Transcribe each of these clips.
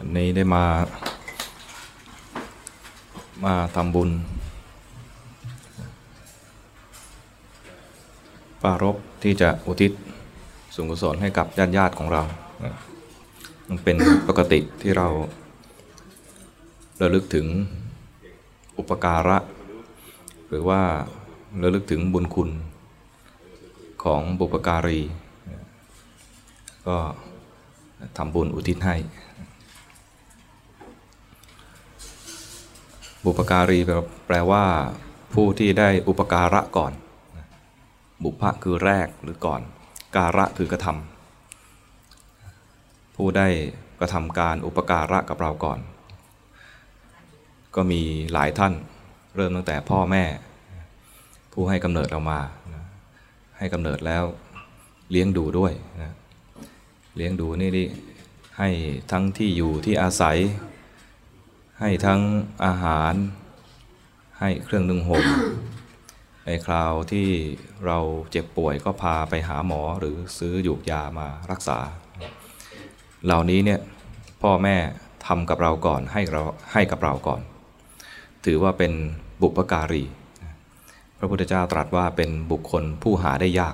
วันนี้ได้มาทำบุญปรารภที่จะอุทิศส่วนกุศลให้กับญาติของเรามันเป็นปกติที่เราระลึกถึงอุปการะหรือว่าระลึกถึงบุญคุณของบุพการีก็ทำบุญอุทิศให้บุพการีแปลว่าผู้ที่ได้อุปการะก่อนบุพคือแรกหรือก่อนการะคือกระทำผู้ได้กระทำการอุปการะกับเราก่อนก็มีหลายท่านเริ่มตั้งแต่พ่อแม่ผู้ให้กำเนิดเรามาให้กำเนิดแล้วเลี้ยงดูด้วยเลี้ยงดูนี่ให้ทั้งที่อยู่ที่อาศัยให้ทั้งอาหารให้เครื่องนึ่งห่มในคราวที่เราเจ็บป่วยก็พาไปหาหมอหรือซื้อหยูกยามารักษาเหล่านี้เนี่ยพ่อแม่ทำกับเราก่อนให้กับเราก่อนถือว่าเป็นบุพการีพระพุทธเจ้าตรัสว่าเป็นบุคคลผู้หาได้ยาก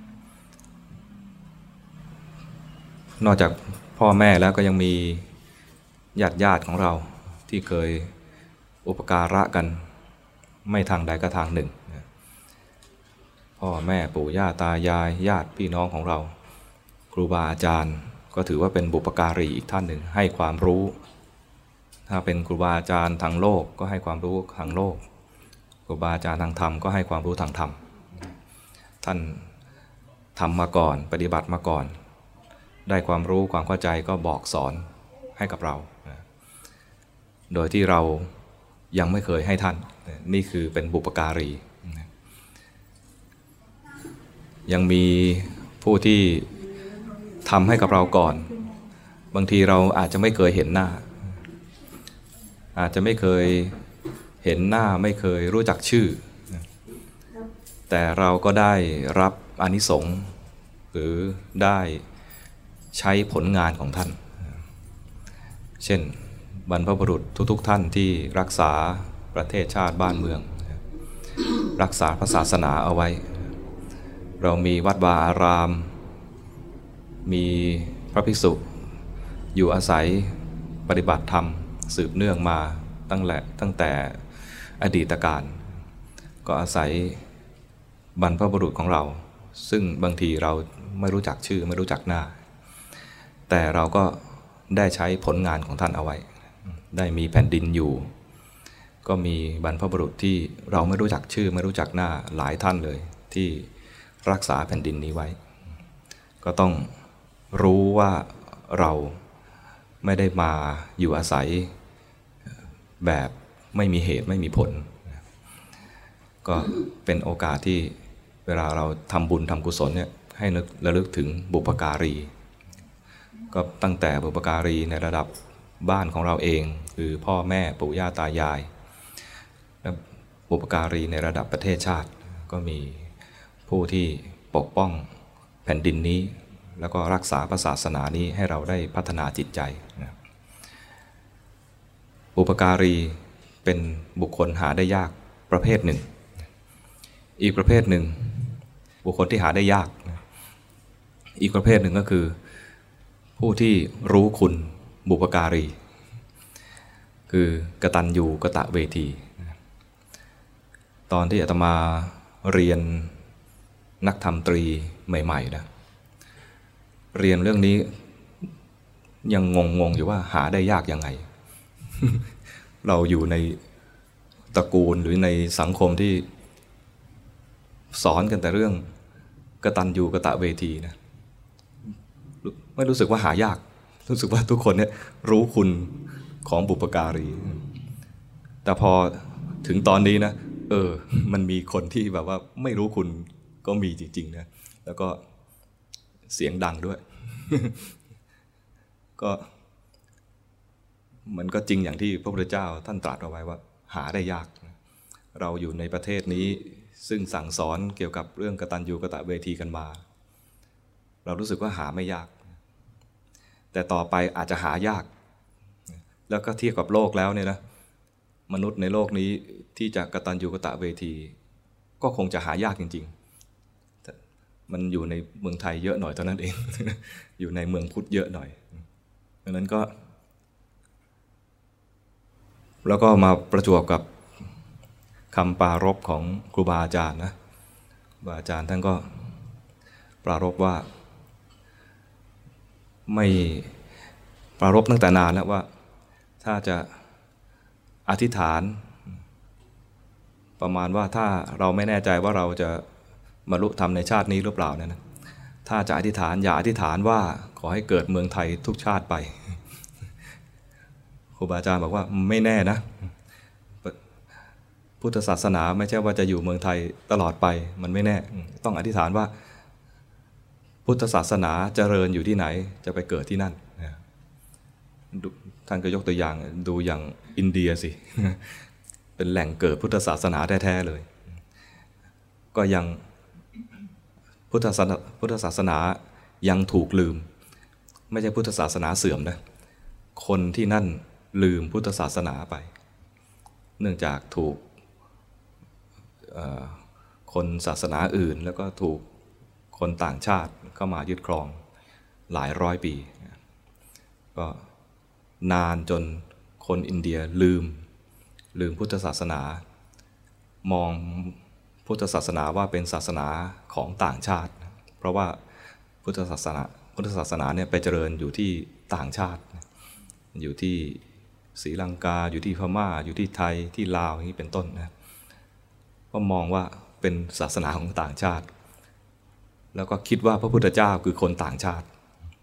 นอกจากพ่อแม่แล้วก็ยังมีญาติของเราที่เคยอุปการะกันไม่ทางใดก็ทางหนึ่งพ่อแม่ปู่ย่าตายายญาติพี่น้องของเราครูบาอาจารย์ก็ถือว่าเป็นบุพการีอีกท่านหนึ่งให้ความรู้ถ้าเป็นครูบาอาจารย์ทางโลกก็ให้ความรู้ทางโลกครูบาอาจารย์ทางธรรมก็ให้ความรู้ทางธรรมท่านทำมาก่อนปฏิบัติมาก่อนได้ความรู้ความเข้าใจก็บอกสอนให้กับเราโดยที่เรายังไม่เคยให้ท่านนี่คือเป็นบุพการียังมีผู้ที่ทำให้กับเราก่อนบางทีเราอาจจะไม่เคยเห็นหน้าอาจจะไม่เคยเห็นหน้าไม่เคยรู้จักชื่อแต่เราก็ได้รับอานิสงส์หรือได้ใช้ผลงานของท่านเช่นบรรพบุรุษทุกท่านที่รักษาประเทศชาติบ้านเมืองรักษาพระศาสนาเอาไว้เรามีวัดวาอารามมีพระภิกษุอยู่อาศัยปฏิบัติธรรมสืบเนื่องมาตั้งแต่อดีตการก็อาศัยบรรพบุรุษของเราซึ่งบางทีเราไม่รู้จักชื่อไม่รู้จักหน้าแต่เราก็ได้ใช้ผลงานของท่านเอาไว้ได้มีแผ่นดินอยู่ก็มีบรรพบุรุษที่เราไม่รู้จักชื่อไม่รู้จักหน้าหลายท่านเลยที่รักษาแผ่นดินนี้ไว้ก็ต้องรู้ว่าเราไม่ได้มาอยู่อาศัยแบบไม่มีเหตุไม่มีผลก็เป็นโอกาสที่เวลาเราทำบุญทำกุศลเนี่ยให้ระลึกถึงบุพการีก็ตั้งแต่บุพการีในระดับบ้านของเราเองคือพ่อแม่ปู่ย่าตายายและบุพการีในระดับประเทศชาติก็มีผู้ที่ปกป้องแผ่นดินนี้แล้วก็รักษาศาสนานี้ให้เราได้พัฒนาจิตใจบุพการีเป็นบุคคลหาได้ยากประเภทหนึ่งอีกประเภทหนึ่งบุคคลที่หาได้ยากอีกประเภทหนึ่งก็คือผู้ที่รู้คุณบุพการีคือกตัญญูกตเวทีตอนที่อาตมาเรียนนักธรรมตรีใหม่ๆนะเรียนเรื่องนี้ยังงงอยู่ว่าหาได้ยากยังไง เราอยู่ในตระกูลหรือในสังคมที่สอนกันแต่เรื่องกตัญญูกตเวทีนะไม่รู้สึกว่าหายากรู้สึกว่าทุกคนเนี่ยรู้คุณของบุพการีแต่พอถึงตอนนี้นะมันมีคนที่แบบว่าไม่รู้คุณก็มีจริงๆนะแล้วก็เสียงดังด้วย ก็มันก็จริงอย่างที่พระพุทธเจ้าท่านตรัสเอาไว้ว่าหาได้ยากเราอยู่ในประเทศนี้ซึ่งสั่งสอนเกี่ยวกับเรื่องกตัญญูกตเวทีกันมาเรารู้สึกว่าหาไม่ยากแต่ต่อไปอาจจะหายากแล้วก็เทียบกับโลกแล้วเนี่ยนะมนุษย์ในโลกนี้ที่จะกตัญญูกตเวทีก็คงจะหายากจริงๆมันอยู่ในเมืองไทยเยอะหน่อยเท่านั้นเอง อยู่ในเมืองพุทธเยอะหน่อยดังนั้นก็แล้วก็มาประจวบกับคำปรารภของครูบาอาจารย์นะครูบาอาจารย์ท่านก็ปรารภว่าไม่ปรารภตั้งแต่นานแล้วว่าถ้าจะอธิษฐานประมาณว่าถ้าเราไม่แน่ใจว่าเราจะบรรลุธรรมในชาตินี้หรือเปล่าเนี่ยนะถ้าจะอธิษฐานอย่าอธิษฐานว่าขอให้เกิดเมืองไทยทุกชาติไปครูบาอาจารย์บอกว่าไม่แน่นะพุทธศาสนาไม่ใช่ว่าจะอยู่เมืองไทยตลอดไปมันไม่แน่ต้องอธิษฐานว่าพุทธศาสนาเจริญอยู่ที่ไหนจะไปเกิดที่นั่นท่านก็ยกตัวอย่างดูอย่างอินเดียสิเป็นแหล่งเกิดพุทธศาสนาแท้ๆเลยก็ยังพุทธศาสนายังถูกลืมไม่ใช่พุทธศาสนาเสื่อมนะคนที่นั่นลืมพุทธศาสนาไปเนื่องจากถูกคนศาสนาอื่นแล้วก็ถูกคนต่างชาติเข้ามายึดครองหลายร้อยปีก็นานจนคนอินเดียลืมพุทธศาสนามองพุทธศาสนาว่าเป็นศาสนาของต่างชาติเพราะว่าพุทธศาสนาเนี่ยไปเจริญอยู่ที่ต่างชาติอยู่ที่ศรีลังกาอยู่ที่พม่าอยู่ที่ไทยที่ลาวอย่างนี้เป็นต้นนะก็มองว่าเป็นศาสนาของต่างชาติแล้วก็คิดว่าพระพุทธเจ้าคือคนต่างชาติ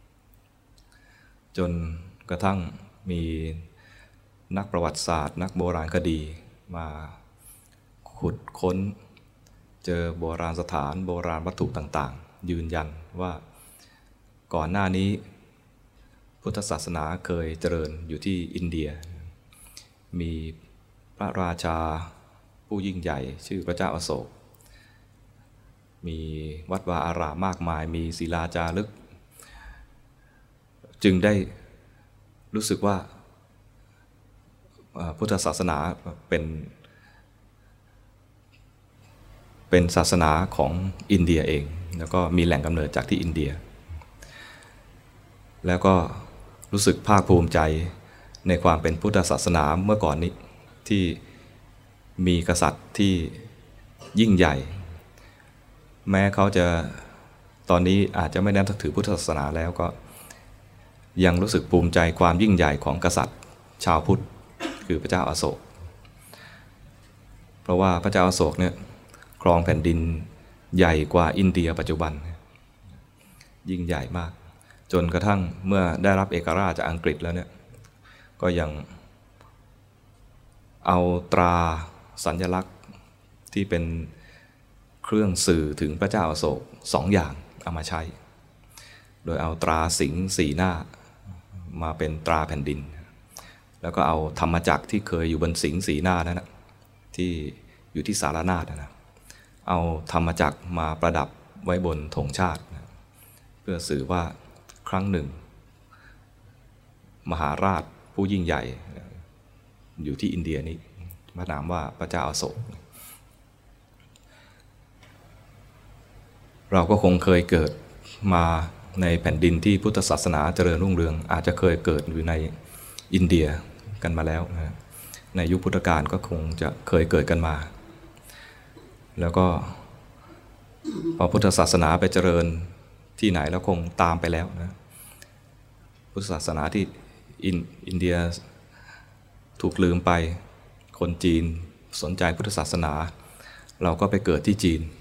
จนกระทั่งมีนักประวัติศาสตร์นักโบราณคดีมาขุดค้นเจอโบราณสถานโบราณวัตถุต่างๆยืนยันว่าก่อนหน้านี้พุทธศาสนาเคยเจริญอยู่ที่อินเดียมีพระราชาผู้ยิ่งใหญ่ชื่อพระเจ้าอโศกมีวัดวาอารามมากมายมีศิลาจารึกจึงได้รู้สึกว่าพุทธศาสนาเป็นศาสนาของอินเดียเองแล้วก็มีแหล่งกำเนิดจากที่อินเดียแล้วก็รู้สึกภาคภูมิใจในความเป็นพุทธศาสนาเมื่อก่อนนี้ที่มีกษัตริย์ที่ยิ่งใหญ่แม้เขาจะตอนนี้อาจจะไม่นับถือพุทธศาสนาแล้วก็ยังรู้สึกภูมิใจความยิ่งใหญ่ของกษัตริย์ชาวพุทธคือพระเจ้าอโศกเพราะว่าพระเจ้าอโศกเนี่ยครองแผ่นดินใหญ่กว่าอินเดียปัจจุบันยิ่งใหญ่มากจนกระทั่งเมื่อได้รับเอกราชจากอังกฤษแล้วเนี่ยก็ยังเอาตราสัญลักษณ์ที่เป็นเครื่องสื่อถึงพระเจ้าอโศก2 อย่างเอามาใช้โดยเอาตราสิงห์4 หน้ามาเป็นตราแผ่นดินแล้วก็เอาธรรมจักรที่เคยอยู่บนสิงห์4 หน้านั้นนะที่อยู่ที่สารนาถนะเอาธรรมจักรมาประดับไว้บนธงชาตินะเพื่อสื่อว่าครั้งหนึ่งมหาราชผู้ยิ่งใหญ่อยู่ที่อินเดียนี้พระนามว่าพระเจ้าอโศกเราก็คงเคยเกิดมาในแผ่นดินที่พุทธศาสนาเจริญรุ่งเรืองอาจจะเคยเกิดอยู่ในอินเดียกันมาแล้วนะในยุคพุทธกาลก็คงจะเคยเกิดกันมาแล้วก็พอพุทธศาสนาไปเจริญที่ไหนแล้วคงตามไปแล้วนะพุทธศาสนาที่อินเดียถูกลืมไปคนจีนสนใจพุทธศาสนาเราก็ไปเกิดที่จีน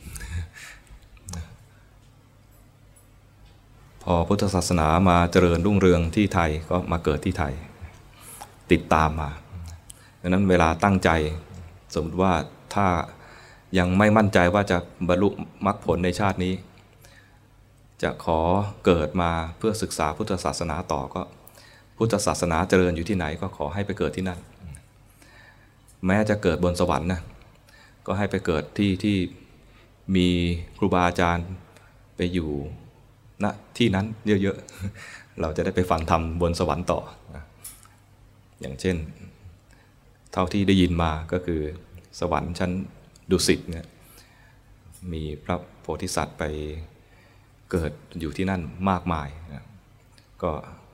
พอพุทธศาสนามาเจริญรุ่งเรืองที่ไทยก็มาเกิดที่ไทยติดตามมาดังนั้นเวลาตั้งใจสมมติว่าถ้ายังไม่มั่นใจว่าจะบรรลุมรรคผลในชาตินี้จะขอเกิดมาเพื่อศึกษาพุทธศาสนาต่อก็พุทธศาสนาเจริญอยู่ที่ไหนก็ขอให้ไปเกิดที่นั่นแม้จะเกิดบนสวรรค์นะก็ให้ไปเกิดที่มีครูบาอาจารย์ไปอยู่ณที่นั้นเยอะๆเราจะได้ไปฟังธรรมบนสวรรค์ต่ออย่างเช่นเท่าที่ได้ยินมาก็คือสวรรค์ชั้นดุสิตเนี่ยมีพระโพธิสัตว์ไปเกิดอยู่ที่นั่นมากมายนะก็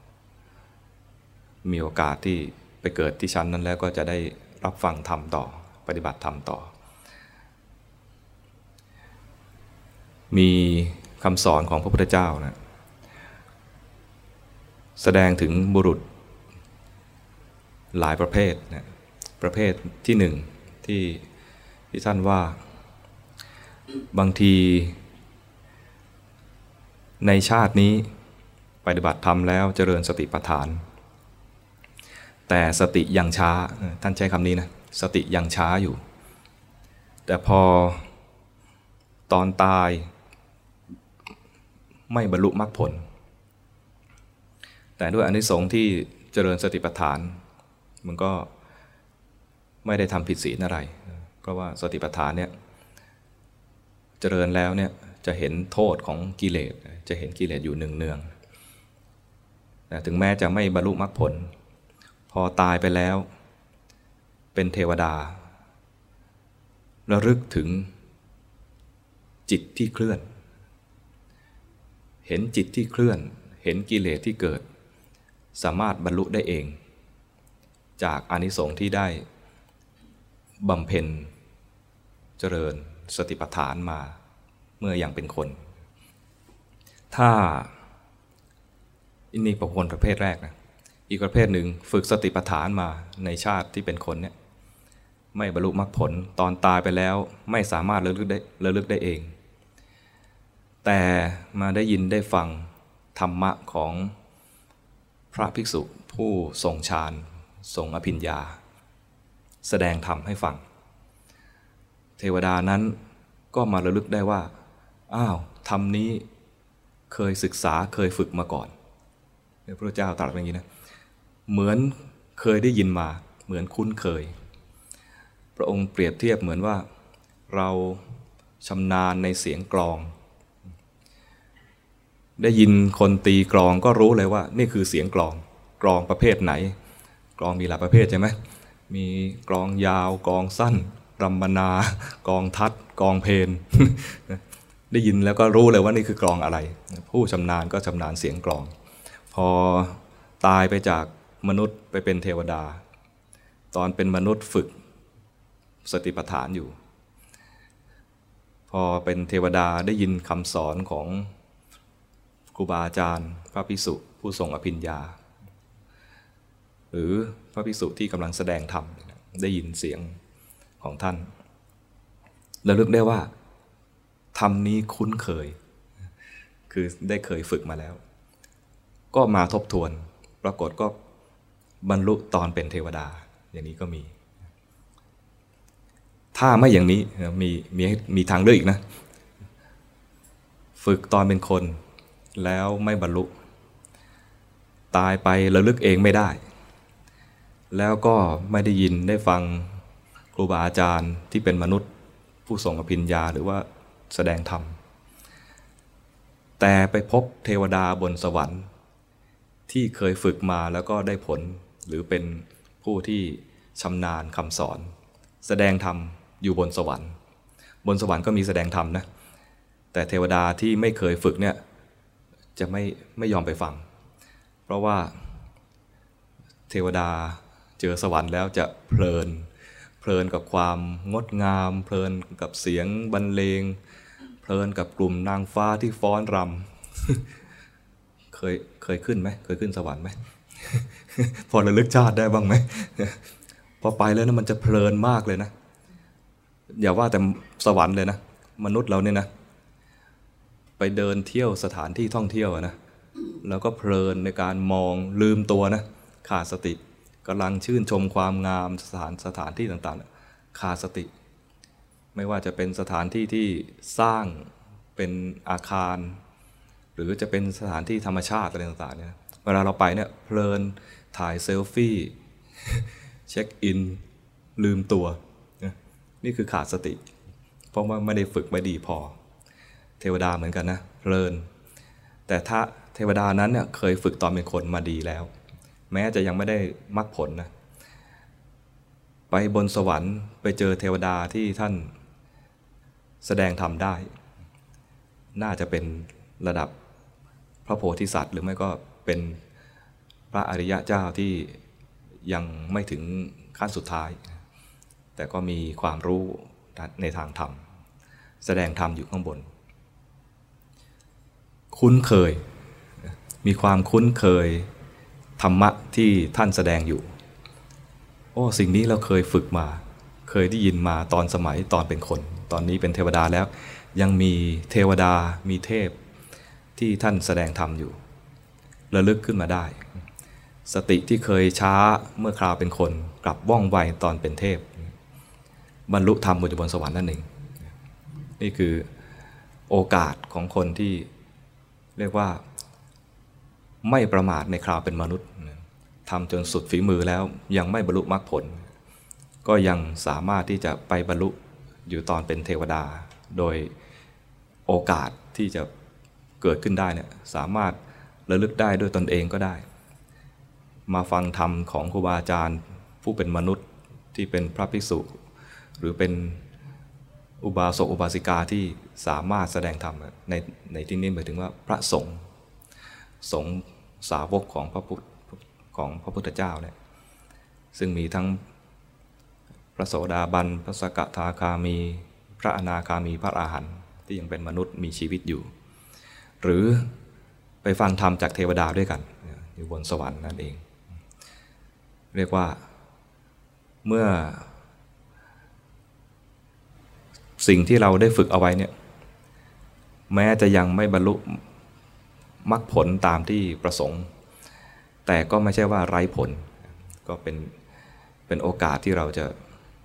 มีโอกาสที่ไปเกิดที่ชั้นนั้นแล้วก็จะได้รับฟังธรรมต่อปฏิบัติธรรมต่อมีคำสอนของพระพุทธเจ้านะแสดงถึงบุรุษหลายประเภทนะประเภทที่หนึ่งที่ท่านว่าบางทีในชาตินี้ปฏิบัติธรรมแล้วเจริญสติปัฏฐานแต่สติยังช้าท่านใช้คำนี้นะสติยังช้าอยู่แต่พอตอนตายไม่บรรลุมรรคผลแต่ด้วยอานิสงส์ที่เจริญสติปัฏฐานมันก็ไม่ได้ทำผิดศีลอะไรเพราะว่าสติปัฏฐานเนี่ยเจริญแล้วเนี่ยจะเห็นโทษของกิเลสจะเห็นกิเลสอยู่เนืองๆแต่ถึงแม้จะไม่บรรลุมรรคผลพอตายไปแล้วเป็นเทวดาระลึกถึงจิตที่เคลื่อนเห็นจิตที่เคลื่อนเห็นกิเลสที่เกิดสามารถบรรลุได้เองจากอานิสงส์ที่ได้บำเพ็ญเจริญสติปัฏฐานมาเมื่อยังเป็นคนถ้าอินนี้บุคคลประเภทแรกนะอีกประเภทหนึ่งฝึกสติปัฏฐานมาในชาติที่เป็นคนเนี่ยไม่บรรลุมรรคผลตอนตายไปแล้วไม่สามารถระลึกได้เองแต่มาได้ยินได้ฟังธรรมะของพระภิกษุผู้ทรงฌานทรงอภิญญาแสดงธรรมให้ฟังเทวดานั้นก็มาระลึกได้ว่าอ้าวธรรมนี้เคยศึกษาเคยฝึกมาก่อนพระพุทธเจ้าตรัสอย่างนี้นะเหมือนเคยได้ยินมาเหมือนคุ้นเคยพระองค์เปรียบเทียบเหมือนว่าเราชำนาญในเสียงกลองได้ยินคนตีกลองก็รู้เลยว่านี่คือเสียงกลองประเภทไหนกลองมีหลายประเภทใช่ไหมมีกลองยาวกลองสั้นรัมมนากลองทัดกลองเพลน ได้ยินแล้วก็รู้เลยว่านี่คือกลองอะไรผู้ชำนาญก็ชำนาญเสียงกลองพอตายไปจากมนุษย์ไปเป็นเทวดาตอนเป็นมนุษย์ฝึกสติปัฏฐานอยู่พอเป็นเทวดาได้ยินคำสอนของครูบาอาจารย์พระภิกษุผู้ทรงอภิญญาหรือพระภิกษุที่กำลังแสดงธรรมได้ยินเสียงของท่านระลึกได้ว่าธรรมนี้คุ้นเคยคือได้เคยฝึกมาแล้วก็มาทบทวนปรากฏก็บรรลุตอนเป็นเทวดาอย่างนี้ก็มีถ้าไม่อย่างนี้มีทางเลือกอีกนะฝึกตอนเป็นคนแล้วไม่บรรลุตายไประลึกเองไม่ได้แล้วก็ไม่ได้ยินได้ฟังครูบาอาจารย์ที่เป็นมนุษย์ผู้ทรงอภิญญาหรือว่าแสดงธรรมแต่ไปพบเทวดาบนสวรรค์ที่เคยฝึกมาแล้วก็ได้ผลหรือเป็นผู้ที่ชำนาญคำสอนแสดงธรรมอยู่บนสวรรค์ก็มีแสดงธรรมนะแต่เทวดาที่ไม่เคยฝึกเนี่ยจะไม่ยอมไปฟังเพราะว่าเทวดาเจอสวรรค์แล้วจะเพลินกับความงดงามเพลินกับเสียงบรรเลงเพลินกับกลุ่มนางฟ้าที่ฟ้อนรำเคยขึ้นไหมเคยขึ้นสวรรค์ไหม พอระลึกชาติได้บ้างไหม พอไปแล้วนะมันจะเพลินมากเลยนะอย่าว่าแต่สวรรค์เลยนะมนุษย์เราเนี่ยนะไปเดินเที่ยวสถานที่ท่องเที่ยวนะแล้วก็เพลินในการมองลืมตัวนะขาดสติกำลังชื่นชมความงามสถานที่ต่างๆขาดสติไม่ว่าจะเป็นสถานที่ที่สร้างเป็นอาคารหรือจะเป็นสถานที่ธรรมชาติอะไรต่างๆเนี่ยเวลาเราไปเนี่ยเพลินถ่ายเซลฟี่เช็คอินลืมตัวนี่คือขาดสติเพราะว่าไม่ได้ฝึกไม่ดีพอเทวดาเหมือนกันนะเพลินแต่ถ้าเทวดานั้นเนี่ยเคยฝึกตอนเป็นคนมาดีแล้วแม้จะยังไม่ได้มรรคผลนะไปบนสวรรค์ไปเจอเทวดาที่ท่านแสดงธรรมได้น่าจะเป็นระดับพระโพธิสัตว์หรือไม่ก็เป็นพระอริยะเจ้าที่ยังไม่ถึงขั้นสุดท้ายแต่ก็มีความรู้ในทางธรรมแสดงธรรมอยู่ข้างบนคุ้นเคยมีความคุ้นเคยธรรมะที่ท่านแสดงอยู่โอ้สิ่งนี้เราเคยฝึกมาเคยได้ยินมาตอนสมัยตอนเป็นคนตอนนี้เป็นเทวดาแล้วยังมีเทวดามีเทพที่ท่านแสดงธรรมอยู่ระลึกขึ้นมาได้สติที่เคยช้าเมื่อคราวเป็นคนกลับว่องไวตอนเป็นเทพบรรลุธรรมบนสวรรค์นั่นเองนี่คือโอกาสของคนที่เรียกว่าไม่ประมาทในคราวเป็นมนุษย์ทำจนสุดฝีมือแล้วยังไม่บรรลุมรรคผลก็ยังสามารถที่จะไปบรรลุอยู่ตอนเป็นเทวดาโดยโอกาสที่จะเกิดขึ้นได้เนี่ยสามารถระลึกได้ด้วยตนเองก็ได้มาฟังธรรมของครูบาอาจารย์ผู้เป็นมนุษย์ที่เป็นพระภิกษุหรือเป็นอุบาสกอุบาสิกาที่สามารถแสดงธรรมในที่นี้หมายถึงว่าพระสงฆ์สาวกของพระพุทธเจ้าเนี่ยซึ่งมีทั้งพระโสดาบันพระสกทาคามีพระอนาคามีพระอรหันต์ที่ยังเป็นมนุษย์มีชีวิตอยู่หรือไปฟังธรรมจากเทวดาด้วยกันอยู่บนสวรรค์นั่นเองเรียกว่าเมื่อสิ่งที่เราได้ฝึกเอาไว้เนี่ยแม้จะยังไม่บรรลุมรรคผลตามที่ประสงค์แต่ก็ไม่ใช่ว่าไร้ผลก็เป็นโอกาสที่เราจะ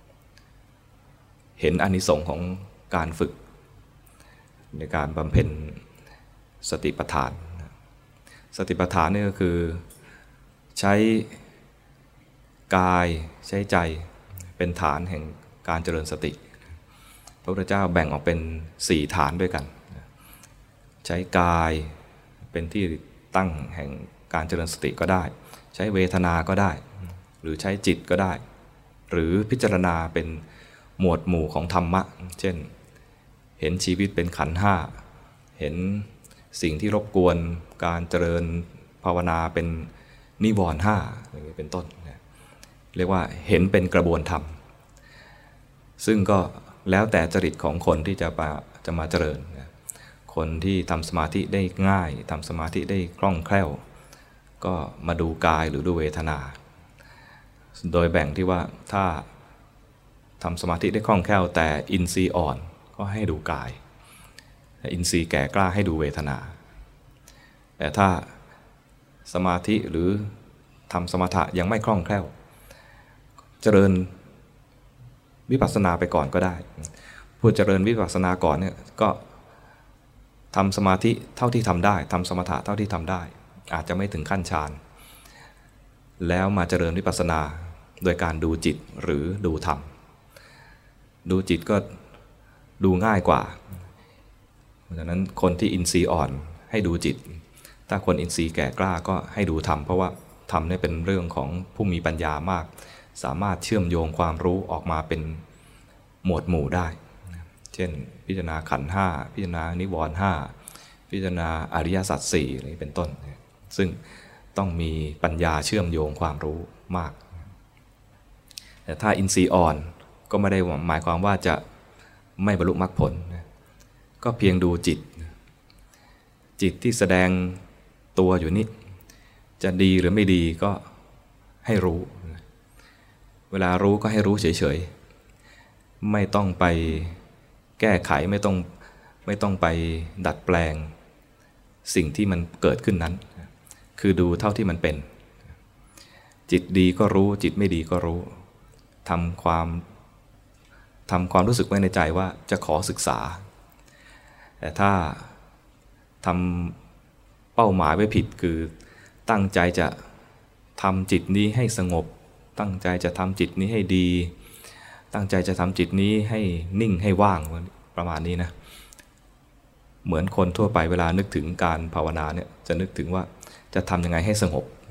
เห็นอานิสงส์ของการฝึกในการบำเพ็ญสติปัฏฐานสติปัฏฐานนี่ก็คือใช้กายใช้ใจเป็นฐานแห่งการเจริญสติพระพุทธเจ้าแบ่งออกเป็น4ฐานด้วยกันใช้กายเป็นที่ตั้งแห่งการเจริญสติก็ได้ใช้เวทนาก็ได้หรือใช้จิตก็ได้หรือพิจารณาเป็นหมวดหมู่ของธรรมะเช่นเห็นชีวิตเป็นขันธ์ห้าเห็นสิ่งที่รบกวนการเจริญภาวนาเป็นนิวรณ์ห้าอย่างนี้เป็นต้นเรียกว่าเห็นเป็นกระบวนธรรมซึ่งก็แล้วแต่จริตของคนที่จะมาเจริญคนที่ทำสมาธิได้ง่ายทำสมาธิได้คล่องแคล่วก็มาดูกายหรือดูเวทนาโดยแบ่งที่ว่าถ้าทำสมาธิได้คล่องแคล่วแต่อินทรีย์อ่อนก็ให้ดูกายอินทรีย์แก่กล้าให้ดูเวทนาแต่ถ้าสมาธิหรือทำสมถะยังไม่คล่องแคล่วเจริญวิปัสสนาไปก่อนก็ได้ผู้เจริญวิปัสสนาก่อนเนี่ยก็ทำสมาธิเท่าที่ทำได้ทำสมถะเท่าที่ทำได้อาจจะไม่ถึงขั้นฌานแล้วมาเจริญวิปัสสนาโดยการดูจิตหรือดูธรรมดูจิตก็ดูง่ายกว่าเพราะฉะนั้นคนที่อินทรีย์อ่อนให้ดูจิตถ้าคนอินทรีย์แก่กล้าก็ให้ดูธรรมเพราะว่าธรรมเนี่ยเป็นเรื่องของผู้มีปัญญามากสามารถเชื่อมโยงความรู้ออกมาเป็นหมวดหมู่ได้เช่นพิจารณาขันธ์ห้าพิจารณานิวรณ์ห้าพิจารณาอริยสัจสี่นี้เป็นต้นซึ่งต้องมีปัญญาเชื่อมโยงความรู้มากแต่ถ้าอินทรีย์อ่อนก็ไม่ได้หมายความว่าจะไม่บรรลุมรรคผลก็เพียงดูจิตที่แสดงตัวอยู่นี่จะดีหรือไม่ดีก็ให้รู้เวลารู้ก็ให้รู้เฉยๆไม่ต้องไปแก้ไขไม่ต้องไปดัดแปลงสิ่งที่มันเกิดขึ้นนั้นคือดูเท่าที่มันเป็นจิตดีก็รู้จิตไม่ดีก็รู้ทำความรู้สึกไว้ในใจว่าจะขอศึกษาแต่ถ้าทำเป้าหมายไว้ผิดคือตั้งใจจะทำจิตนี้ให้สงบตั้งใจจะทำจิตนี้ให้ดีตั้งใจจะทำจิตนี้ให้นิ่งให้ว่างประมาณนี้นะเหมือนคนทั่วไปเวลานึกถึงการภาวนาเนี่ยจะนึกถึงว่าจะทำยังไงให้สงบ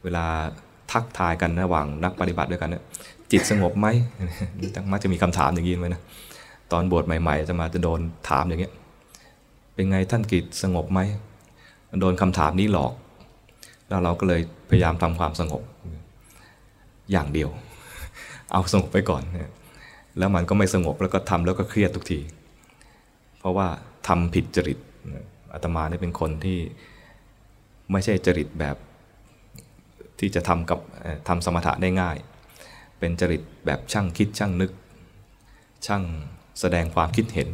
เวลาทักทายกันระหว่างนักปฏิบัติด้วยกันเนี่ยจิตสงบไหมมักจะมีคำถามอย่างนี้ไว้นะตอนบวชใหม่ๆจะโดนถามอย่างเงี้ยเป็นไงท่านจิตสงบไหมโดนคำถามนี้หลอกแล้วเราก็เลยพยายามทำความสงบอย่างเดียวเอาสงบไปก่อนแล้วมันก็ไม่สงบแล้วก็ทำแล้วก็เครียดทุกทีเพราะว่าทำผิดจริตอาตมาเนี่ยเป็นคนที่ไม่ใช่จริตแบบที่จะทำสมถะได้ง่ายเป็นจริตแบบช่างคิดช่างนึกช่างแสดงความคิดเห็น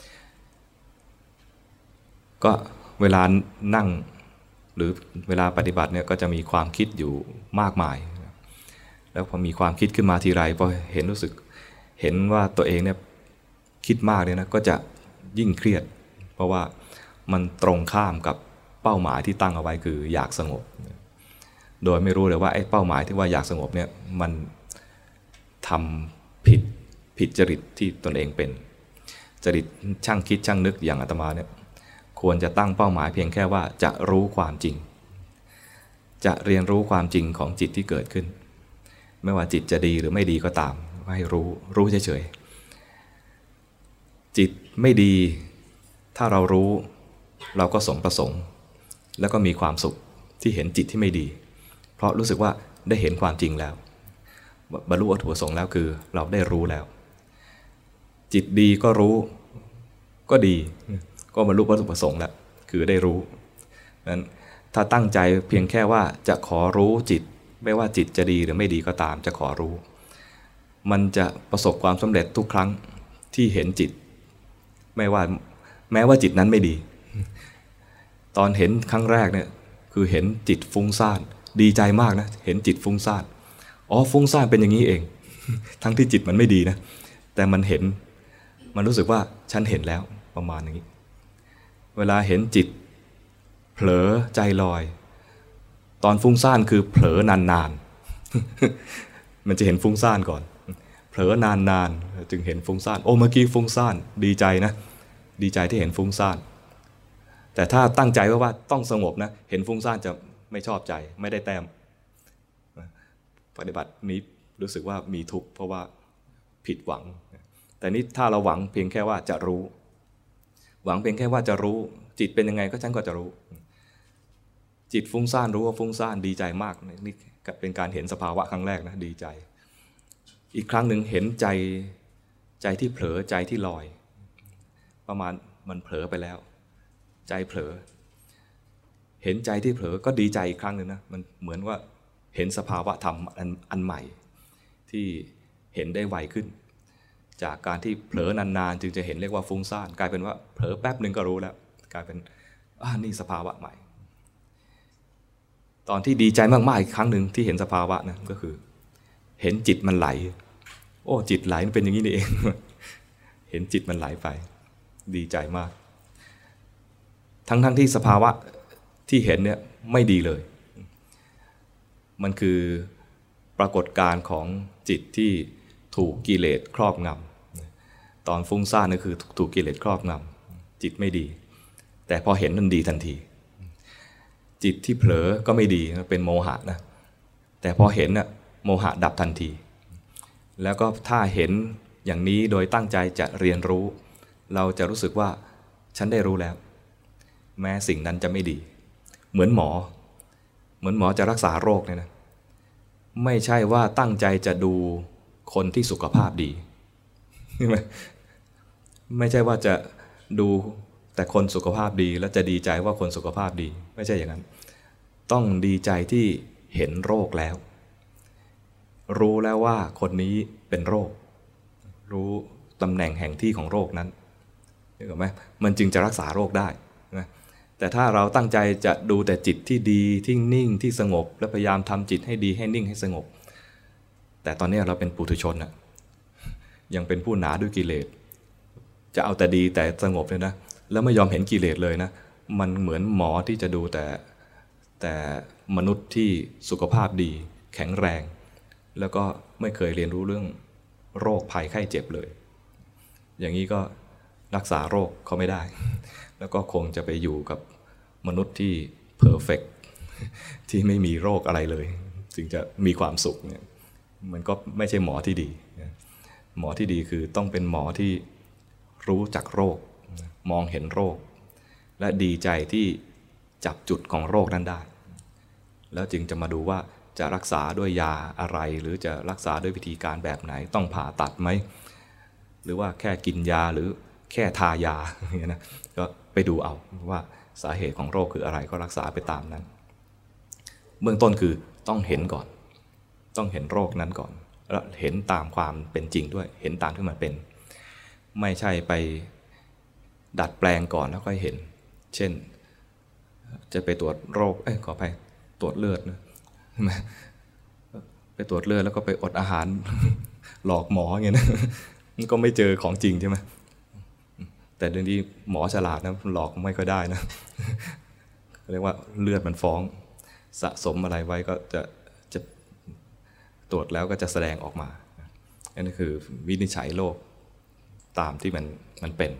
ก็เวลานั่งหรือเวลาปฏิบัติเนี่ยก็จะมีความคิดอยู่มากมายแล้วพอมีความคิดขึ้นมาทีไรพอรู้สึกเห็นว่าตัวเองเนี่ยคิดมากเนี่ยนะก็จะยิ่งเครียดเพราะว่ามันตรงข้ามกับเป้าหมายที่ตั้งเอาไว้คืออยากสงบโดยไม่รู้เลยว่าไอ้เป้าหมายที่ว่าอยากสงบเนี่ยมันทำผิดจริตที่ตนเองเป็นจริตช่างคิดช่างนึกอย่างอาตมาเนี่ยควรจะตั้งเป้าหมายเพียงแค่ว่าจะรู้ความจริงจะเรียนรู้ความจริงของจิตที่เกิดขึ้นไม่ว่าจิตจะดีหรือไม่ดีก็ตามให้รู้เฉยๆจิตไม่ดีถ้าเรารู้เราก็สมประสงค์แล้วก็มีความสุขที่เห็นจิตที่ไม่ดีเพราะรู้สึกว่าได้เห็นความจริงแล้วบรรลุวัตถุประสงค์แล้วคือเราได้รู้แล้วจิตดีก็รู้ก็ดีก็บรรลุวัตถุประสงค์แล้วคือได้รู้นั้นถ้าตั้งใจเพียงแค่ว่าจะขอรู้จิตไม่ว่าจิตจะดีหรือไม่ดีก็ตามจะขอรู้มันจะประสบความสำเร็จทุกครั้งที่เห็นจิตแม้ว่าจิตนั้นไม่ดีตอนเห็นครั้งแรกเนี่ยคือเห็นจิตฟุ้งซ่านดีใจมากนะเห็นจิตฟุ้งซ่านอ๋อฟุ้งซ่านเป็นอย่างนี้เองทั้งที่จิตมันไม่ดีนะแต่มันเห็นมันรู้สึกว่าฉันเห็นแล้วประมาณนี้เวลาเห็นจิตเผลอใจลอยตอนฟุ้งซ่านคือเผลอนานๆมันจะเห็นฟุ้งซ่านก่อนเผลอนานๆจึงเห็นฟุ้งซ่านโอ้เมื่อกี้ฟุ้งซ่านดีใจนะดีใจที่เห็นฟุ้งซ่านแต่ถ้าตั้งใจว่าต้องสงบนะเห็นฟุ้งซ่านจะไม่ชอบใจไม่ได้แต้มปฏิบัตินี้รู้สึกว่ามีทุกข์เพราะว่าผิดหวังแต่นี้ถ้าเราหวังเพียงแค่ว่าจะรู้หวังเพียงแค่ว่าจะรู้จิตเป็นยังไงก็ฉันก็จะรู้จิตฟุ้งซ่านรู้ว่าฟุ้งซ่านดีใจมากนี่เป็นการเห็นสภาวะครั้งแรกนะดีใจอีกครั้งหนึ่งเห็นใจที่เผลอใจที่ลอยประมาณมันเผลอไปแล้วใจเผลอเห็นใจที่เผลอก็ดีใจอีกครั้งหนึ่งนะมันเหมือนว่าเห็นสภาวะธรรมอันใหม่ที่เห็นได้ไวขึ้นจากการที่เผลอนานๆจึงจะเห็นเรียกว่าฟุ้งซ่านกลายเป็นว่าเผลอแป๊บนึงก็รู้แล้วกลายเป็นนี่สภาวะใหม่ตอนที่ดีใจมากๆอีกครั้งหนึ่งที่เห็นสภาวะนะก็คือเห็นจิตมันไหลโอ้จิตไหลมันเป็นอย่างนี้นี่เองเห็นจิตมันไหลไปดีใจมากทั้งที่สภาวะที่เห็นเนี่ยไม่ดีเลยมันคือปรากฏการณ์ของจิตที่ถูกกิเลสครอบงำตอนฟุ้งซ่านนี่คือถูกกิเลสครอบงำจิตไม่ดีแต่พอเห็นมันดีทันทีจิตที่เผลอก็ไม่ดีเป็นโมหะนะแต่พอเห็นน่ะโมหะดับทันทีแล้วก็ถ้าเห็นอย่างนี้โดยตั้งใจจะเรียนรู้เราจะรู้สึกว่าฉันได้รู้แล้วแม้สิ่งนั้นจะไม่ดีเหมือนหมอจะรักษาโรคเนี่ยนะไม่ใช่ว่าตั้งใจจะดูคนที่สุขภาพดีไม่ใช่ว่าจะดูแต่คนสุขภาพดีแล้วจะดีใจว่าคนสุขภาพดีไม่ใช่อย่างนั้นต้องดีใจที่เห็นโรคแล้วรู้แล้วว่าคนนี้เป็นโรครู้ตำแหน่งแห่งที่ของโรคนั้นเห็นไหมมันจึงจะรักษาโรคได้นะแต่ถ้าเราตั้งใจจะดูแต่จิตที่ดีที่นิ่งที่สงบและพยายามทำจิตให้ดีให้นิ่งให้สงบแต่ตอนนี้เราเป็นปุถุชนนะยังเป็นผู้หนาด้วยกิเลสจะเอาแต่ดีแต่สงบเลยนะแล้วไม่ยอมเห็นกิเลสเลยนะมันเหมือนหมอที่จะดูแต่มนุษย์ที่สุขภาพดีแข็งแรงแล้วก็ไม่เคยเรียนรู้เรื่องโรคภัยไข้เจ็บเลยอย่างนี้ก็รักษาโรคเขาไม่ได้แล้วก็คงจะไปอยู่กับมนุษย์ที่เพอร์เฟกต์ที่ไม่มีโรคอะไรเลยจึงจะมีความสุขเนี่ยมันก็ไม่ใช่หมอที่ดีหมอที่ดีคือต้องเป็นหมอที่รู้จักโรคมองเห็นโรคและดีใจที่จับจุดของโรคนั้นได้แล้วจึงจะมาดูว่าจะรักษาด้วยยาอะไรหรือจะรักษาด้วยวิธีการแบบไหนต้องผ่าตัดไหมหรือว่าแค่กินยาหรือแค่ทายาอย่างนี้นะก็ไปดูเอาว่าสาเหตุของโรคคืออะไรก็รักษาไปตามนั้นเบื้องต้นคือต้องเห็นก่อนต้องเห็นโรคนั้นก่อนแล้วเห็นตามความเป็นจริงด้วยเห็นตามที่มันเป็นไม่ใช่ไปดัดแปลงก่อนแล้วค่อยเห็นเช่นจะไปตรวจโรคขออภัยตรวจเลือดนะไปตรวจเลือดแล้วก็ไปอดอาหารหลอกหมออย่างเงี้ยนะมันก็ไม่เจอของจริงใช่ไหมแต่เดี๋ยวนี้หมอฉลาดนะหลอกไม่ค่อยได้นะเรียกว่าเลือดมันฟ้องสะสมอะไรไว้ก็จะตรวจแล้วก็จะแสดงออกมาอันนี้คือวินิจฉัยโรคตามที่มันเป็น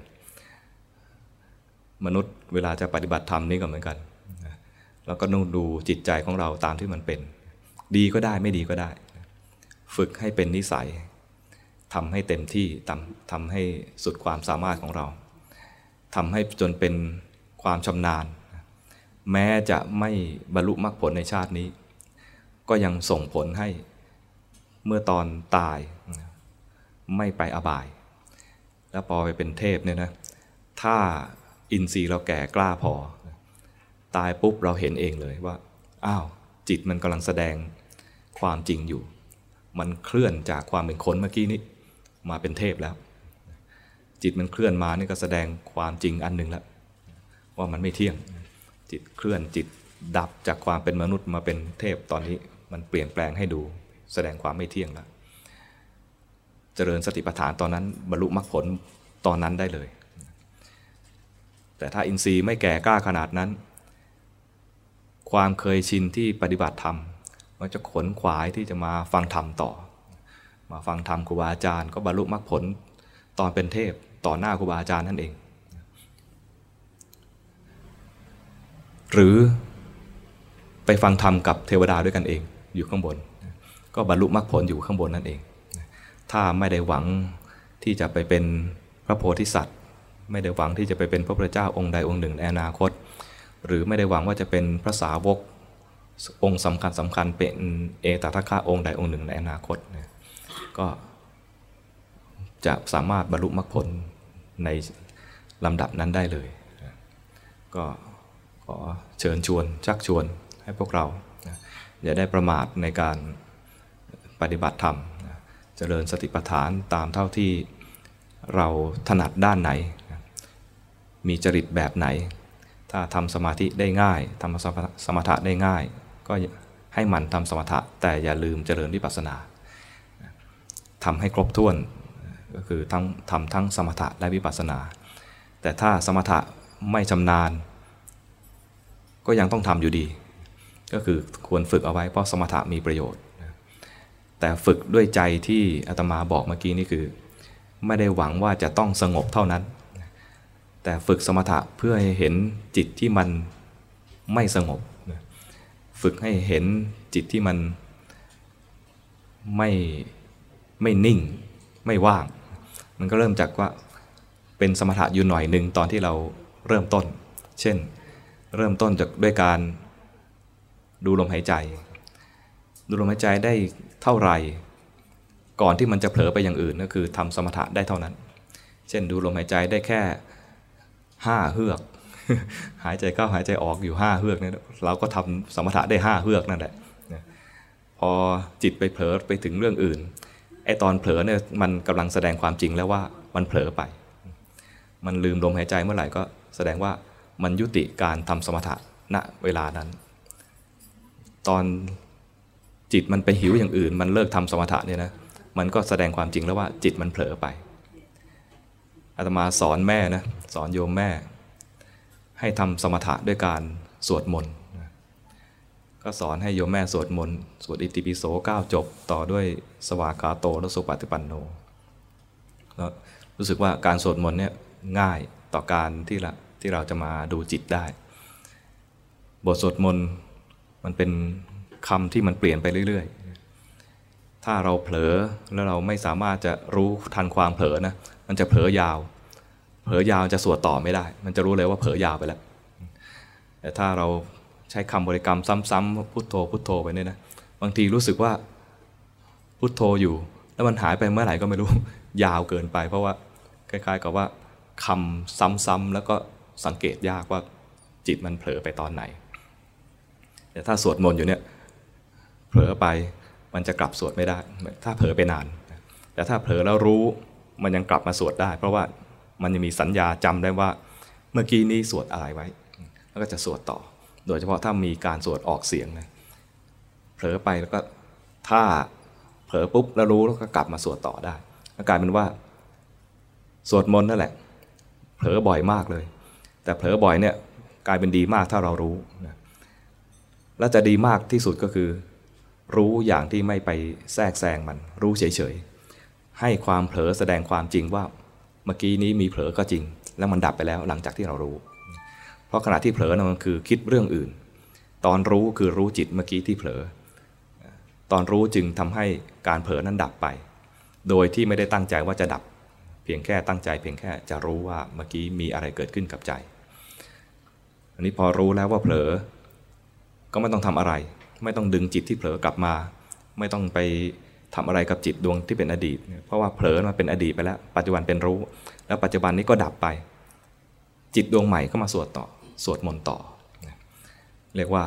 มนุษย์เวลาจะปฏิบัติธรรมนี่ก็เหมือนกันแล้วก็ต้องดูจิตใจของเราตามที่มันเป็นดีก็ได้ไม่ดีก็ได้ฝึกให้เป็นนิสัยทำให้เต็มที่ทำให้สุดความสามารถของเราทำให้จนเป็นความชำนาญแม้จะไม่บรรลุมรรคผลในชาตินี้ก็ยังส่งผลให้เมื่อตอนตายไม่ไปอบายแล้วพอไปเป็นเทพเนี่ยนะถ้าอินทรีย์เราแก่กล้าพอตายปุ๊บเราเห็นเองเลยว่าอ้าวจิตมันกำลังแสดงความจริงอยู่มันเคลื่อนจากความเป็นคนเมื่อกี้นี้มาเป็นเทพแล้วจิตมันเคลื่อนมานี่ก็แสดงความจริงอันหนึ่งแล้วว่ามันไม่เที่ยงจิตเคลื่อนจิตดับจากความเป็นมนุษย์มาเป็นเทพตอนนี้มันเปลี่ยนแปลงให้ดูแสดงความไม่เที่ยงแล้วเจริญสติปัฏฐานตอนนั้นบรรลุมรรคผลตอนนั้นได้เลยแต่ถ้าอินทรีย์ไม่แก่กล้าขนาดนั้นความเคยชินที่ปฏิบัติธรรมมันจะขนขวายที่จะมาฟังธรรมต่อมาฟังธรรมครูบาอาจารย์ก็บรรลุมรรคผลตอนเป็นเทพต่อหน้าครูบาอาจารย์นั่นเองหรือไปฟังธรรมกับเทวดาด้วยกันเองอยู่ข้างบนก็บรรลุมรรคผลอยู่ข้างบนนั่นเองถ้าไม่ได้หวังที่จะไปเป็นพระโพธิสัตว์ไม่ได้หวังที่จะไปเป็นพระพุทธเจ้าองค์ใดองค์หนึ่งในอนาคตหรือไม่ได้หวังว่าจะเป็นพระสาวกองค์สำคัญเป็นเอตทัคคะองค์ใดองค์หนึ่งในอนาคตก็จะสามารถบรรลุมรรคผลในลำดับนั้นได้เลยก็ขอเชิญชวนชักชวนให้พวกเราอย่าได้ประมาทในการปฏิบัติธรรมเจริญสติปัฏฐานตามเท่าที่เราถนัดด้านไหนมีจริตแบบไหนถ้าทำสมาธิได้ง่ายทำสมถะได้ง่ายก็ให้มันทำสมถะแต่อย่าลืมเจริญวิปัสสนาทำให้ครบถ้วนก็คือทำทั้งสมถะและวิปัสสนาแต่ถ้าสมถะไม่ชำนาญก็ยังต้องทำอยู่ดีก็คือควรฝึกเอาไว้เพราะสมถะมีประโยชน์แต่ฝึกด้วยใจที่อาตมาบอกเมื่อกี้นี่คือไม่ได้หวังว่าจะต้องสงบเท่านั้นแต่ฝึกสมถะเพื่อให้เห็นจิตที่มันไม่สงบฝึกให้เห็นจิตที่มันไม่นิ่งไม่ว่างมันก็เริ่มจากว่าเป็นสมถะอยู่หน่อยหนึ่งตอนที่เราเริ่มต้นเช่นเริ่มต้นจากด้วยการดูลมหายใจดูลมหายใจได้เท่าไหร่ก่อนที่มันจะเผลอไปอย่างอื่นก็คือทำสมถะได้เท่านั้นเช่นดูลมหายใจได้แค่5 เฮือกหายใจเข้าหายใจออกอยู่5 เฮือกเนี่ยเราก็ทำสมถะได้5 เฮือกนั่นแหละพอจิตไปเผลอไปถึงเรื่องอื่นไอ้ตอนเผลอเนี่ยมันกำลังแสดงความจริงแล้วว่ามันเผลอไปมันลืมลมหายใจเมื่อไหร่ก็แสดงว่ามันยุติการทำสมถะณเวลานั้นตอนจิตมันไปหิวอย่างอื่นมันเลิกทำสมถะเนี่ยนะมันก็แสดงความจริงแล้วว่าจิตมันเผลอไปอาตมาสอนแม่นะสอนโยมแม่ให้ทำสมถะด้วยการสวดมนต์ก็สอนให้โยมแม่สวดมนต์สวดอิติปิโส9 จบต่อด้วยสวากาโตและสุปฏิปันโนแล้วรู้สึกว่าการสวดมนต์เนี่ยง่ายต่อการที่เราจะมาดูจิตได้บทสวดมนต์มันเป็นคำที่มันเปลี่ยนไปเรื่อยๆถ้าเราเผลอแล้วเราไม่สามารถจะรู้ทันความเผลอนะมันจะเผลอยาวจะสวดต่อไม่ได้มันจะรู้เลยว่าเผลอยาวไปแล้วแต่ถ้าเราใช้คำบริกรรมซ้ำๆพุทโธพุทโธไปเนี่ยนะบางทีรู้สึกว่าพุทโธอยู่แล้วมันหายไปเมื่อไหร่ก็ไม่รู้ยาวเกินไปเพราะว่าคล้ายๆกับว่าคำซ้ำๆแล้วก็สังเกตยากว่าจิตมันเผลอไปตอนไหนแต่ถ้าสวดมนต์อยู่เนี่ยเผลอไปมันจะกลับสวดไม่ได้ถ้าเผลอไปนานแต่ถ้าเผลอแล้วรู้มันยังกลับมาสวดได้เพราะว่ามันยังมีสัญญาจำได้ว่าเมื่อกี้นี้สวดอะไรไว้แล้วก็จะสวดต่อโดยเฉพาะถ้ามีการสวดออกเสียงนะเผลอไปแล้วก็ถ้าเผลอปุ๊บแล้วรู้แล้วก็กลับมาสวดต่อได้กลายเป็นว่าสวดมนต์นั่นแหละเผลอบ่อยมากเลยแต่เผลอบ่อยเนี่ยกลายเป็นดีมากถ้าเรารู้นะและจะดีมากที่สุดก็คือรู้อย่างที่ไม่ไปแทรกแซงมันรู้เฉยๆให้ความเผลอแสดงความจริงว่าเมื่อกี้นี้มีเผลอก็จริงแล้วมันดับไปแล้วหลังจากที่เรารู้เพราะขณะที่เผลอนั้นมันคือคิดเรื่องอื่นตอนรู้คือรู้จิตเมื่อกี้ที่เผลอตอนรู้จึงทำให้การเผลอนั้นดับไปโดยที่ไม่ได้ตั้งใจว่าจะดับเพียงแค่ตั้งใจเพียงแค่จะรู้ว่าเมื่อกี้มีอะไรเกิดขึ้นกับใจอันนี้พอรู้แล้วว่าเผลอก็ไม่ต้องทำอะไรไม่ต้องดึงจิตที่เผลอกลับมาไม่ต้องไปทำอะไรกับจิตดวงที่เป็นอดีตเพราะว่าเผลอมันเป็นอดีตไปแล้วปัจจุบันเป็นรู้แล้วปัจจุบันนี้ก็ดับไปจิตดวงใหม่ก็มาสวดมนต์ต่อเรียกว่า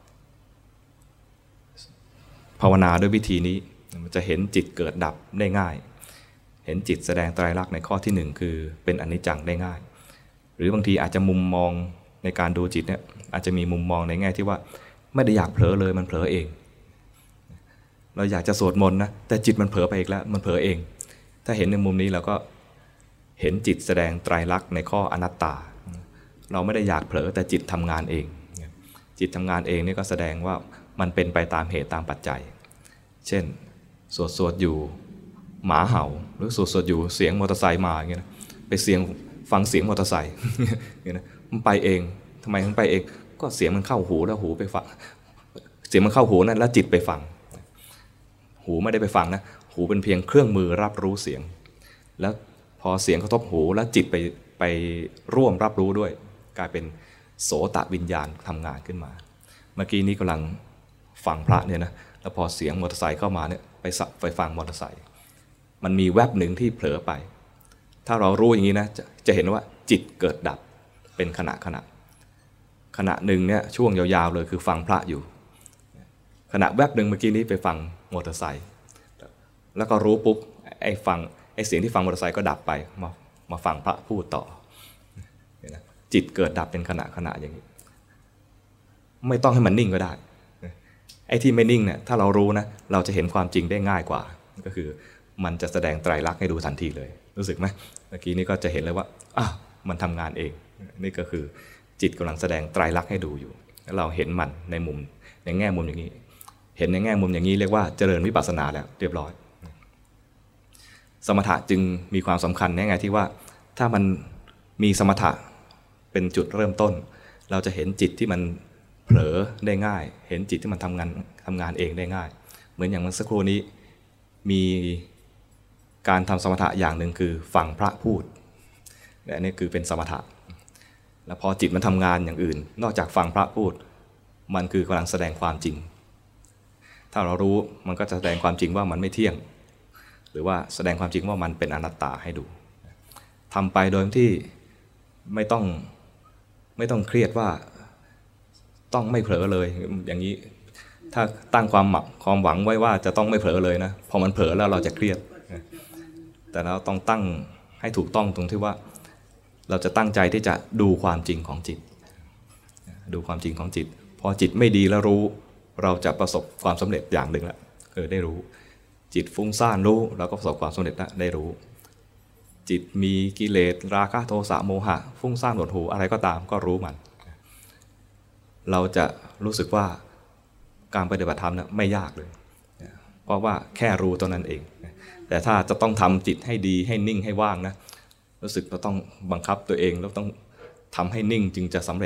ภาวนาด้วยวิธีนี้มันจะเห็นจิตเกิดดับได้ง่ายเห็นจิตแสดงไตรลักษณ์ในข้อที่1คือเป็นอนิจจังได้ง่ายหรือบางทีอาจจะมุมมองในการดูจิตเนี่ยอาจจะมีมุมมองในแง่ที่ว่าไม่ได้อยากเผลอเลยมันเผลอเองเราอยากจะสวดมนต์นะแต่จิตมันเผลอไปอีกแล้วมันเผลอเองถ้าเห็นในมุมนี้เราก็เห็นจิตแสดงไตรลักษณ์ในข้ออนัตตาเราไม่ได้อยากเผลอแต่จิตทำงานเองจิตทำงานเองนี่ก็แสดงว่ามันเป็นไปตามเหตุตามปัจจัยเช่นสวดอยู่หมาเห่าหรือสวดอยู่เสียงมอเตอร์ไซค์มาอย่างเงี้ยนะไปฟังเสียงมอเตอร์ไซค์อย่างเงี้ยนะมันไปเองทำไมมันไปเองก็เสียงมันเข้าหูแล้วหูไปฟังเสียงมันเข้าหูนั่นแล้วจิตไปฟังหูไม่ได้ไปฟังนะหูเป็นเพียงเครื่องมือรับรู้เสียงแล้วพอเสียงกระทบหูแล้วจิตไปร่วมรับรู้ด้วยกลายเป็นโสตวิญญาณทำงานขึ้นมาเมื่อกี้นี้กำลังฟังพระเนี่ยนะแล้วพอเสียงมอเตอร์ไซค์เข้ามาเนี่ยไปฟังมอเตอร์ไซค์มันมีแวบหนึ่งที่เผลอไปถ้าเรารู้อย่างนี้นะจะเห็นว่าจิตเกิดดับเป็นขณะหนึ่งเนี่ยช่วงยาวๆเลยคือฟังพระอยู่ขณะแวบหนึ่งเมื่อกี้นี้ไปฟังมอเตอร์ไซค์แล้วก็รู้ปุ๊บไอ้เสียงที่ฟังมอเตอร์ไซค์ก็ดับไปมาฟังพระพูดต่อจิตเกิดดับเป็นขณะอย่างนี้ไม่ต้องให้มันนิ่งก็ได้ไอ้ที่ไม่นิ่งเนี่ยถ้าเรารู้นะเราจะเห็นความจริงได้ง่ายกว่าก็คือมันจะแสดงไตรลักษณ์ให้ดูทันทีเลยรู้สึกไหมเมื่อกี้นี้ก็จะเห็นเลยว่ามันทำงานเองนี่ก็คือจิตกำลังแสดงไตรลักษณ์ให้ดูอยู่แล้วเราเห็นมันในแง่มุมอย่างนี้เห็นในแง่มุมอย่างนี้เรียกว่าเจริญวิปัสสนาแล้วเรียบร้อยสมถะจึงมีความสำคัญในแง่ที่ว่าถ้ามันมีสมถะเป็นจุดเริ่มต้นเราจะเห็นจิตที่มันเผลอได้ง่ายเห็นจิตที่มันทำงานเองได้ง่ายเหมือนอย่างเมื่อสักครู่นี้มีการทำสมถะอย่างหนึ่งคือฟังพระพูดและนี่คือเป็นสมถะแล้วพอจิตมันทำงานอย่างอื่นนอกจากฟังพระพูดมันคือกำลังแสดงความจริงถ้าเรารู้มันก็จะแสดงความจริงว่ามันไม่เที่ยงหรือว่าแสดงความจริงว่ามันเป็นอนัตตาให้ดูทำไปโดยที่ไม่ต้องเครียดว่าต้องไม่เผลอเลยอย่างนี้ถ้าตั้งความหวังไว้ว่าจะต้องไม่เผลอเลยนะพอมันเผลอแล้วเราจะเครียดแต่เราต้องตั้งให้ถูกต้องตรงที่ว่าเราจะตั้งใจที่จะดูความจริงของจิตดูความจริงของจิตพอจิตไม่ดีแล้วรู้เราจะประสบความสำเร็จอย่างหนึ่งแล้วคือได้รู้จิตฟุ้งซ่านรู้เราก็ประสบความสำเร็จแล้วได้รู้จิตมีกิเลสราคะโทสะโมหะฟุ้งซ่านหดหู่อะไรก็ตามก็รู้มันเราจะรู้สึกว่าการปฏิบัติธรรมเนี่ยไม่ยากเลยเพราะว่าแค่รู้ตัวนั้นเองแต่ถ้าจะต้องทำจิตให้ดีให้นิ่งให้ว่างนะรู้สึกเราต้องบังคับตัวเองแล้วต้องทำให้นิ่งจึงจะสำเร็จ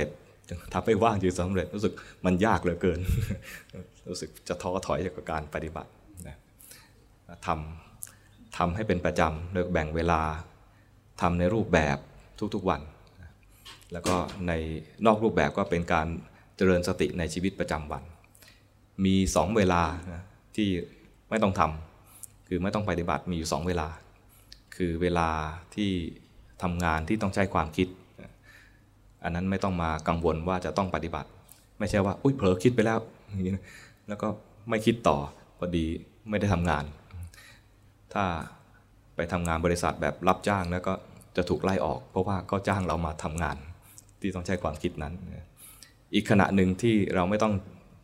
ทำให้ว่างจึงสำเร็จรู้สึกมันยากเหลือเกิน รู้สึกจะท้อถอยจากการปฏิบัตินะทำให้เป็นประจำโดยแบ่งเวลาทำในรูปแบบทุกๆวันแล้วก็ในนอกรูปแบบก็เป็นการเจริญสติในชีวิตประจำวันมี2เวลาที่ไม่ต้องทำคือไม่ต้องปฏิบัติมีอยู่2เวลาคือเวลาที่ทำงานที่ต้องใช้ความคิดอันนั้นไม่ต้องมากังวลว่าจะต้องปฏิบัติไม่ใช่ว่าอุ๊ยเผลอคิดไปแล้วแล้วก็ไม่คิดต่อพอดีไม่ได้ทำงานถ้าไปทำงานบริษัทแบบรับจ้างแล้วก็จะถูกไล่ออกเพราะว่าก็จ้างเรามาทำงานที่ต้องใช้ความคิดนั้นอีกขณะหนึ่งที่เราไม่ต้อง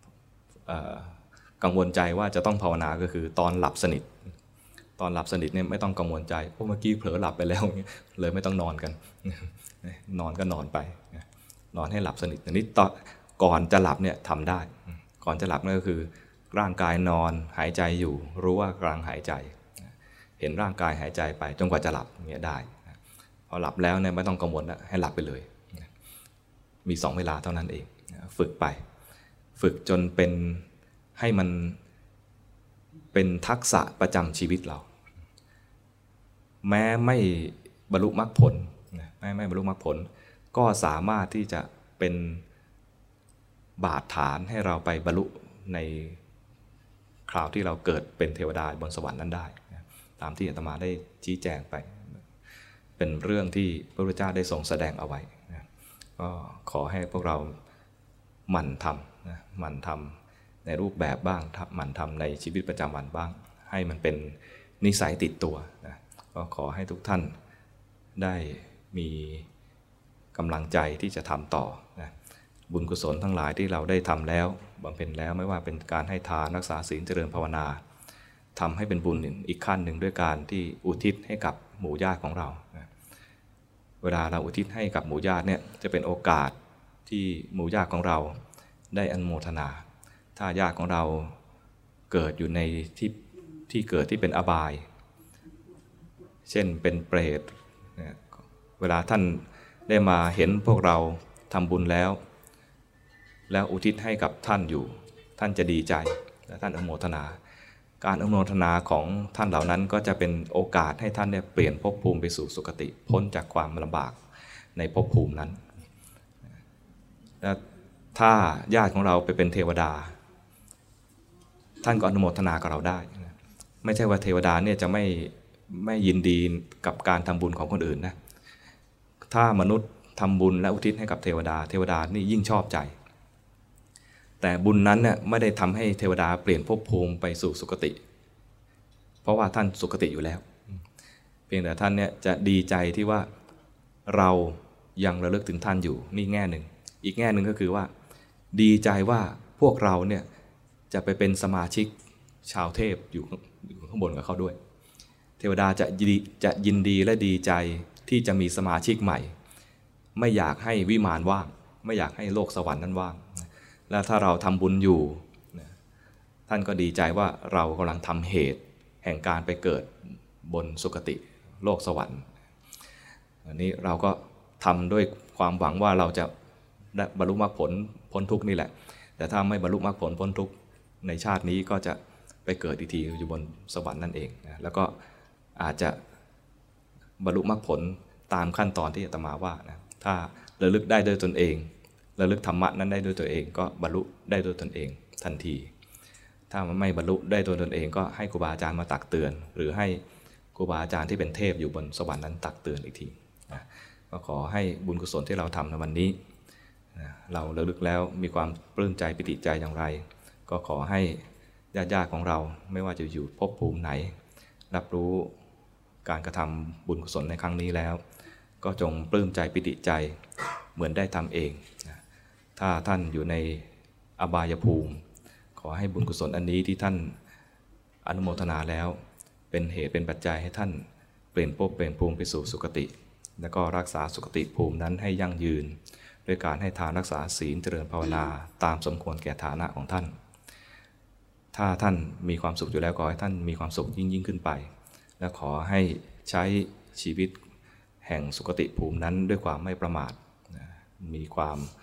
กังวลใจว่าจะต้องภาวนาก็คือตอนหลับสนิทตอนหลับสนิทเนี่ยไม่ต้องกังวลใจเพราะเมื่อกี้เผลอหลับไปแล้วเลยไม่ต้องนอนกันนอนก็นอนไปนอนให้หลับสนิทอันนี้ตอนก่อนจะหลับเนี่ยทำได้ก่อนจะหลับนั่นก็คือร่างกายนอนหายใจอยู่รู้ว่ากำลังหายใจเห็นร่างกายหายใจไปจนกว่าจะหลับเนี่ยได้พอหลับแล้วเนี่ยไม่ต้องกังวลแล้วให้หลับไปเลยมี2เวลาเท่านั้นเองฝึกไปฝึกจนเป็นให้มันเป็นทักษะประจำชีวิตเราแม้ไม่บรรลุมรรคผลไม่บรรลุมรรคผลก็สามารถที่จะเป็นบาดฐานให้เราไปบรรลุในคราวที่เราเกิดเป็นเทวดาบนสวรรค์นั้นได้ตามที่อาตมาได้ชี้แจงไปเป็นเรื่องที่พระพุทธเจ้าได้ทรงแสดงเอาไว้ก็ขอให้พวกเราหมั่นทำหมั่นทำในรูปแบบบ้างหมั่นทำในชีวิตประจำวันบ้างให้มันเป็นนิสัยติดตัวก็ขอให้ทุกท่านได้มีกำลังใจที่จะทำต่อบุญกุศลทั้งหลายที่เราได้ทำแล้วบำเพ็ญแล้วไม่ว่าเป็นการให้ทานรักษาศีลเจริญภาวนาทำให้เป็นบุญอีกขั้นหนึ่งด้วยการที่อุทิศให้กับหมู่ญาติของเราเวลาเราอุทิศให้กับหมู่ญาติเนี่ยจะเป็นโอกาสที่หมู่ญาติของเราได้อนุโมทนาถ้าญาติของเราเกิดอยู่ในที่เกิดที่เป็นอบายเช่นเป็นเปรตเวลาท่านได้มาเห็นพวกเราทำบุญแล้วอุทิศให้กับท่านอยู่ท่านจะดีใจและท่านอนุโมทนาการอนุโมทนาของท่านเหล่านั้นก็จะเป็นโอกาสให้ท่านได้เปลี่ยนภพภูมิไปสู่สุคติพ้นจากความลำบากในภพภูมินั้นและถ้าญาติของเราไปเป็นเทวดาท่านก็อนุโมทนากับเราได้ไม่ใช่ว่าเทวดาเนี่ยจะไม่ยินดีกับการทำบุญของคนอื่นนะถ้ามนุษย์ทำบุญและอุทิศให้กับเทวดานี่ยิ่งชอบใจแต่บุญนั้นเนี่ยไม่ได้ทำให้เทวดาเปลี่ยนภพภูมิไปสู่สุคติเพราะว่าท่านสุคติอยู่แล้วเพียงแต่ท่านเนี่ยจะดีใจที่ว่าเรายังระลึกถึงท่านอยู่นี่แง่หนึ่งอีกแง่หนึ่งก็คือว่าดีใจว่าพวกเราเนี่ยจะไปเป็นสมาชิกชาวเทพอยู่ข้างบนกับเขาด้วยเทวดาจะยินดีและดีใจที่จะมีสมาชิกใหม่ไม่อยากให้วิมานว่างไม่อยากให้โลกสวรรค์นั้นว่างและถ้าเราทำบุญอยู่ท่านก็ดีใจว่าเรากำลังทำเหตุแห่งการไปเกิดบนสุคติโลกสวรรค์อันนี้เราก็ทำด้วยความหวังว่าเราจะได้บรรลุมรรคผลพ้นทุกข์นี่แหละแต่ถ้าไม่บรรลุมรรคผลพ้นทุกข์ในชาตินี้ก็จะไปเกิดอีกทีอยู่บนสวรรค์นั่นเองแล้วก็อาจจะบรรลุมรรคผลตามขั้นตอนที่อาตมาว่านะถ้าระลึกได้ด้วยตนเองระลึกธรรมะนั้นได้ด้วยตัวเองก็บรรลุได้ด้วยตนเองทันทีถ้ามันไม่บรรลุได้ด้วยตนเองก็ให้ครูบาอาจารย์มาตักเตือนหรือให้ครูบาอาจารย์ที่เป็นเทพอยู่บนสวรรค์นั้นตักเตือนอีกทีนะก็ขอให้บุญกุศลที่เราทำในวันนี้นะเราระลึกแล้วมีความปลื้มใจปิติใจอย่างไรก็ขอให้ญาติของเราไม่ว่าจะอยู่ภพภูมิไหนรับรู้การกระทำบุญกุศลในครั้งนี้แล้วก็จงปลื้มใจปิติใจเหมือนได้ทำเองถ้าท่านอยู่ในอบายภูมิขอให้บุญกุศลอันนี้ที่ท่านอนุโมทนาแล้วเป็นเหตุเป็นปัจจัยให้ท่านเปลี่ยนภพเปลี่ยนภูมิไปสู่สุคติแล้วก็รักษาสุคติภูมินั้นให้ยั่งยืนด้วยการให้ทานรักษาศีลเจริญภาวนาตามสมควรแก่ฐานะของท่านถ้าท่านมีความสุขอยู่แล้วขอให้ท่านมีความสุขยิ่งขึ้นไปและขอให้ใช้ชีวิตแห่งสุคติภูมินั้นด้วยความไม่ประมาทมีความ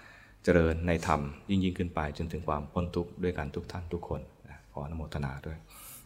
เจริญในธรรมยิ่งขึ้นไปจนถึงความพ้นทุกข์ด้วยกันทุกท่านทุกคนขออนุโมทนาด้วย